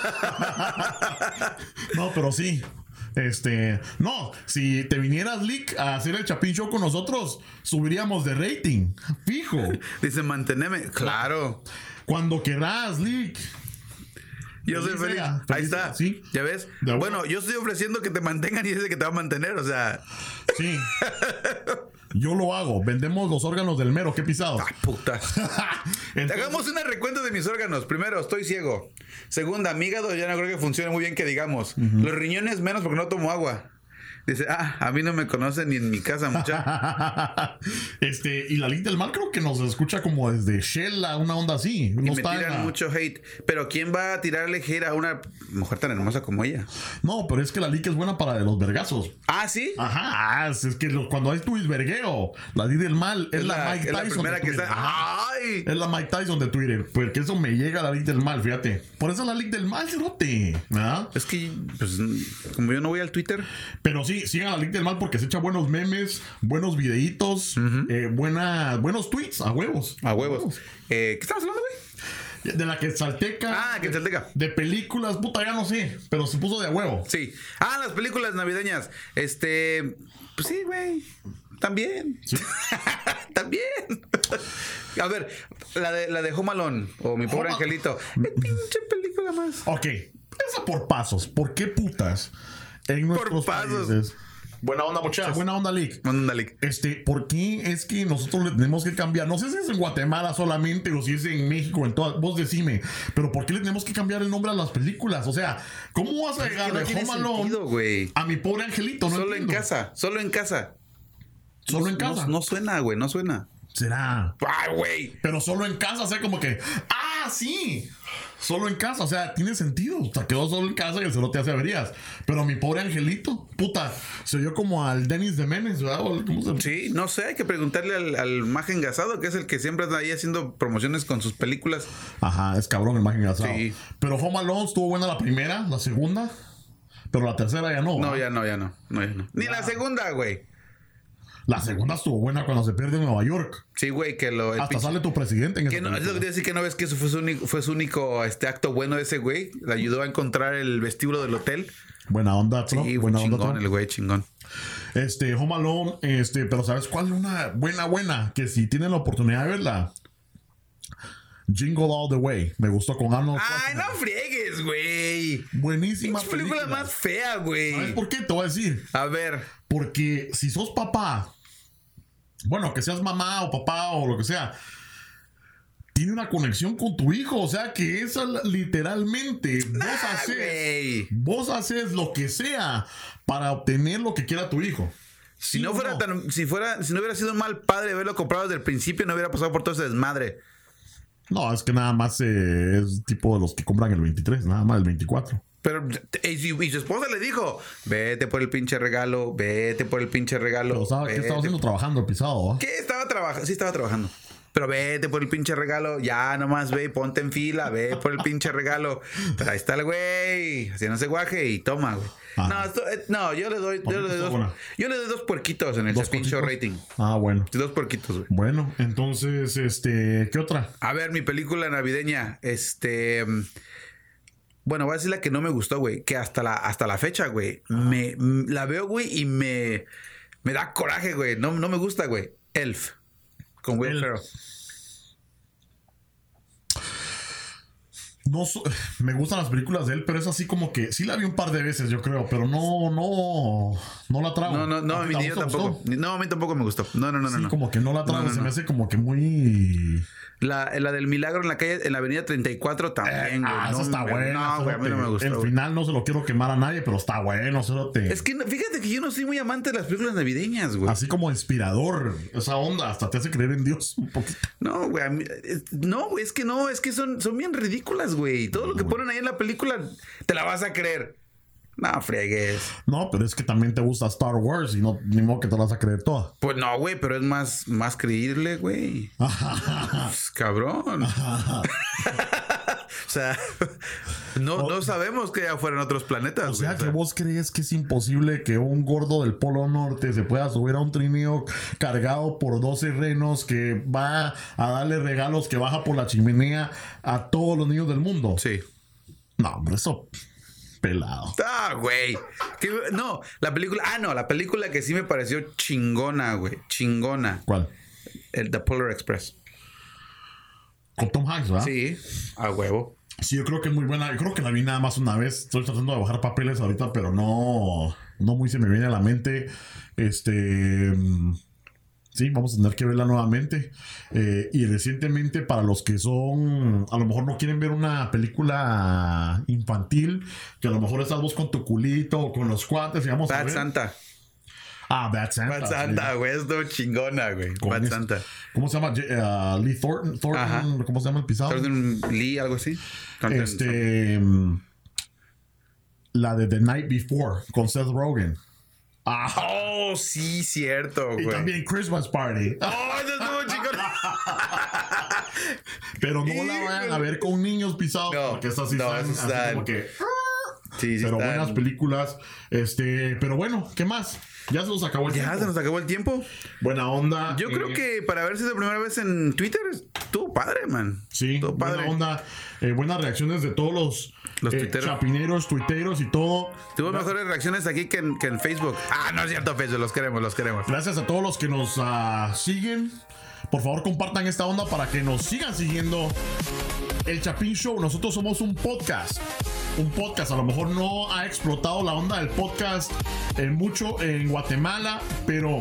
No, pero sí. Este, no, si te vinieras, Lick, a hacer el Chapín Show con nosotros, subiríamos de rating. Fijo. Dice, manteneme. Claro. Cuando querrás, Lick. Yo soy Feliz feliz. sea, Ahí feliz está. sea, sí. ¿Ya ves? De acuerdo. Bueno, yo estoy ofreciendo que te mantengan y ese que te va a mantener. O sea, Sí. Yo lo hago. Vendemos los órganos del mero. ¿Qué pisado? ah, puta. Entonces- Hagamos una recuento de mis órganos. Primero, estoy ciego. Segunda, mi hígado ya no creo que funcione muy bien que digamos. Los riñones menos porque no tomo agua. Dice, ah, a mí no me conocen ni en mi casa, mucha. este, y la Liga del Mal creo que nos escucha como desde Shella, una onda así. No Y me está en tiran la- mucho hate. Pero ¿quién va a tirarle hate a una mujer tan hermosa como ella? No, pero es que la Liga es buena para los vergazos. Ah, ¿sí? Ajá, es, es que lo- cuando hay tu vergueo, la Liga del Mal es, la, Mike es la Tyson. primera de que Twitter. está. Ajá. ¡Ay! Es la Mike Tyson de Twitter. Porque eso me llega a la Liga del Mal, fíjate. Por eso es la Liga del Mal, cerote. ¿Verdad? Es que, pues, como yo no voy al Twitter. Pero sí, sigan a la Liga del Mal porque se echa buenos memes, buenos videitos, eh, buena, buenos tweets, a huevos. A huevos. Eh, ¿Qué estamos hablando, güey? De la Quetzalteca. Ah, Quetzalteca. De, de películas, puta, ya no sé. Pero se puso de a huevo. Sí. Ah, las películas navideñas. Este. Pues sí, güey. También. Sí. También. A ver, la de, la de Home Alone o Mi Pobre Home- Angelito. ¿Qué pinche película más? Ok, esa por pasos. ¿Por qué putas? En nuestros pasos. países. Buena onda, muchachos. Buena onda, Lick. Mándale. Este, ¿por qué es que nosotros le tenemos que cambiar? No sé si es en Guatemala solamente o si es en México, en todas. Vos decime. Pero ¿por qué le tenemos que cambiar el nombre a las películas? O sea, ¿cómo vas a Es llegar que no de tiene Home Alone sentido, güey. a Mi Pobre Angelito? No Solo en entiendo. casa. Solo en casa. Solo en No- casa. No, suena, güey. No suena. Será. Ay, güey. Pero solo en casa, o sea, como que, ah, sí, solo en casa, o sea, tiene sentido. O sea, quedó solo en casa y el cerote hace averías. Pero Mi Pobre Angelito, puta, se oyó como al Dennis de Menes, ¿verdad? O ¿cómo se- Sí, no sé, hay que preguntarle al, al Maje Engasado, que es el que siempre está ahí haciendo promociones con sus películas. Ajá, es cabrón el imagen gasado. Sí. Pero Home Alone estuvo buena la primera, la segunda, pero la tercera ya no. No, ¿verdad? ya no, ya no. no, ya no. Ni la segunda, güey. La segunda estuvo buena cuando se pierde en Nueva York. Sí, güey, que lo. el Hasta pinche- sale tu presidente en que esa no, es lo que te película. decir que no ves que eso fue su único, fue su único este acto bueno de ese güey. Le ayudó a encontrar el vestíbulo del hotel. Buena onda, Trump. Sí, fue buena onda, chingón Trump. el güey, chingón. Este, Home Alone, este, pero ¿sabes cuál es una buena, buena? Que si tienen la oportunidad de verla. Jingle All the Way. Me gustó con Arnold Ay, no Schwarzenegger. friegues, güey. Buenísima Pinche película película. más fea, ¿Sabes güey. por qué? Te voy a decir. A ver. Porque si sos papá, bueno, que seas mamá o papá o lo que sea, tiene una conexión con tu hijo. O sea que esa literalmente vos Ah, haces, güey. vos haces lo que sea para obtener lo que quiera tu hijo. Si ¿Sí no o fuera tan, si fuera, si no hubiera sido un mal padre haberlo comprado desde el principio, no hubiera pasado por todo ese desmadre. No, es que nada más eh, es tipo de los que compran el veintitrés, nada más el veinticuatro. Pero y su, y su esposa le dijo, vete por el pinche regalo, vete por el pinche regalo. Pero, ¿sabes qué vete estaba haciendo? Trabajando el pisado, ¿ah? ¿Qué estaba trabajando? Sí, estaba trabajando. Pero vete por el pinche regalo. Ya nomás ve, ponte en fila, ve por el pinche regalo. Pero ahí está el güey, haciéndose guaje y toma, güey. Ajá. No, esto- eh, no, yo le doy, yo le doy está dos, buena. yo le doy dos puerquitos en el Dos Chapin Show puerquitos. rating. Ah, bueno. Dos puerquitos, güey. Bueno, entonces, este, ¿qué otra? A ver, mi película navideña, este... Bueno, voy a decir la que no me gustó, güey. Que hasta la, hasta la fecha, güey, me, m- la veo, güey, y me, me da coraje, güey. No, no me gusta, güey. Elf. Con Will Elf. Ferrell. No so- me gustan las películas de él, pero es así como que sí la vi un par de veces, yo creo, pero no, no, no la trago. No, no, no, ¿A a ti mí te ni yo gustó? tampoco. Ni- No, a mí tampoco me gustó. No, no, no, no. Sí, no. como que no la trago, No, no, se no. me hace como que muy... La, la del milagro en la calle, en la avenida treinta y cuatro también, güey. ah, no, esa está me- buena. No, güey, a mí no me gustó. El güey. final no se lo quiero quemar a nadie, pero está bueno, cerote. Es que no- fíjate que yo no soy muy amante de las películas navideñas, güey. Así como inspirador, esa onda, hasta te hace creer en Dios un poquito. No, güey. a mí- es- No, güey, es que no, es que son, son bien ridículas, güey. Todo lo que ponen ahí en la película te la vas a creer. No, friegues. No, pero es que también te gusta Star Wars y no, ni modo que te la vas a creer toda. Pues no, güey, pero es más, más creíble, güey. Pues, cabrón. o sea, no, no sabemos que ya fueran otros planetas. O sea, güey. que vos crees que es imposible que un gordo del Polo Norte se pueda subir a un trineo cargado por doce renos que va a darle regalos que baja por la chimenea a todos los niños del mundo. Sí. No, hombre, eso pelado. Ah, güey. Que- No, la película. Ah, no, la película que sí me pareció chingona, güey. Chingona. ¿Cuál? El The Polar Express. Con Tom Hanks, ¿verdad? Sí, a huevo. Sí, yo creo que es muy buena. Yo creo que la vi nada más una vez. Estoy tratando de bajar papeles ahorita, pero no, no muy se me viene a la mente. Este, mm, sí, vamos a tener que verla nuevamente. Eh, y recientemente, para los que son, a lo mejor no quieren ver una película infantil, que a lo mejor estás vos con tu culito o con los cuates, digamos. a Bad ver. Santa. Ah, Bad Santa. Bad Santa, sí. güey. Es todo chingona, güey. Con Bad este- Santa. ¿Cómo se llama? Uh, Lee Thornton. Thornton Ajá. ¿Cómo se llama el pisado? Thornton Lee, algo así. Thornton- Este. mm, La de The Night Before con Seth Rogen. Ah, Oh, sí, cierto, y güey. también Christmas Party. Oh, eso estuvo chingona. Pero no la vayan a ver con niños pisados. No, porque estas sí no, están esas así están- como que. Sí, sí. Pero están- buenas películas. Este. Pero bueno, ¿qué más? Ya se nos acabó el Ya tiempo. se nos acabó el tiempo. Buena onda. Yo eh, creo que para haber sido primera vez en Twitter, estuvo padre, man. Sí, Estuvo padre. buena onda. eh, buenas reacciones de todos los, Los eh, tuiteros. chapineros, tuiteros y todo. Tuvo mejores reacciones aquí que en, que en Facebook. Ah, no es cierto, Facebook. Los queremos, los queremos. Gracias a todos los que nos ah, siguen. Por favor, compartan esta onda para que nos sigan siguiendo. El Chapín Show, nosotros somos un podcast. Un podcast, a lo mejor no ha explotado la onda del podcast eh, mucho en Guatemala, pero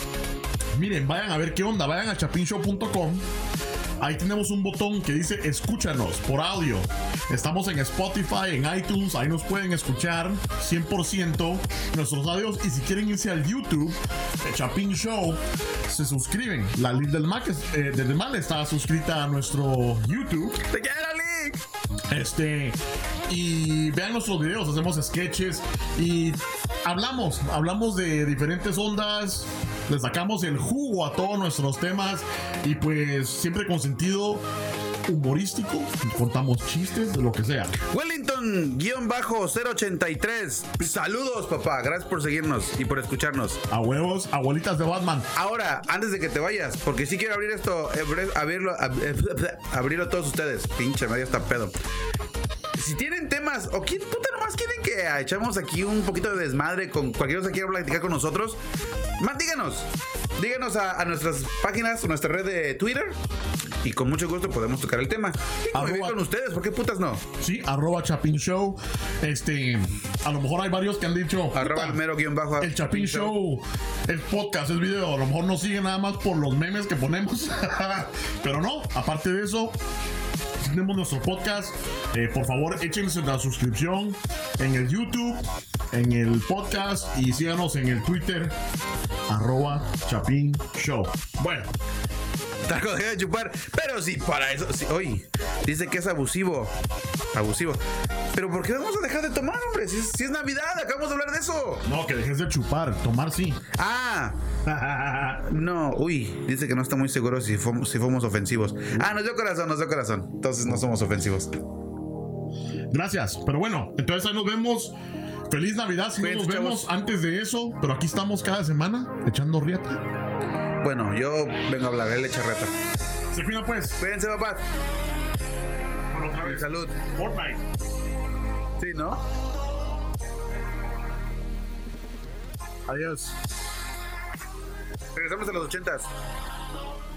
miren, vayan a ver qué onda, vayan a chapin show punto com. Ahí tenemos un botón que dice escúchanos por audio. Estamos en Spotify, en iTunes, ahí nos pueden escuchar cien por ciento nuestros audios. Y si quieren irse al YouTube, el Chapin Show, se suscriben. La Liz del Mal, eh, del Mal está suscrita a nuestro YouTube. ¡Te quiero, Lee! Este, y vean nuestros videos, hacemos sketches y hablamos, hablamos de diferentes ondas, le sacamos el jugo a todos nuestros temas y pues siempre con sentido humorístico, contamos chistes, de lo que sea. Wellington-cero ochenta y tres. Saludos, papá. Gracias por seguirnos y por escucharnos. A huevos, abuelitas de Batman. Ahora, antes de que te vayas, porque sí quiero abrir esto, eh, abrirlo, ab- abrirlo a todos ustedes. Pinche, medio está pedo. Si tienen temas o quién puta nomás quieren que echamos aquí un poquito de desmadre con cualquiera que quiera platicar con nosotros, más díganos. Díganos a, a nuestras páginas, a nuestra red de Twitter y con mucho gusto podemos tocar el tema. Y convivir Arroba- con ustedes, ¿por qué putas no? Sí, arroba Chapin Show. Este, a lo mejor hay varios que han dicho. Arroba "Puta, el mero guión bajo. El Chapin Show, el podcast, el video, a lo mejor nos sigue nada más por los memes que ponemos. Pero no, aparte de eso, tenemos nuestro podcast. Eh, por favor, échense la suscripción en el YouTube, en el podcast y síganos en el Twitter, arroba Chapin Show. Bueno, Taco, deja de chupar. Pero sí, para eso. Sí, oye, dice que es abusivo. Abusivo. Pero ¿por qué vamos a dejar de tomar, hombre? Si es, si es Navidad, acabamos de hablar de eso. no, que dejes de chupar, tomar sí. Ah, no. Uy, dice que no está muy seguro si fomos, si fomos ofensivos. Ah, nos dio corazón, nos dio corazón. Entonces no somos ofensivos. Gracias, pero bueno, entonces ahí nos vemos. Feliz Navidad si no Cuídense, nos vemos chavos. antes de eso, pero aquí estamos cada semana echando rieta. Bueno, yo vengo a hablar, él echa reta. Se cuida pues. Cuídense, papá. Bueno, otra vez. Salud. Fortnite. Sí, ¿no? Adiós. Regresamos a los ochentas.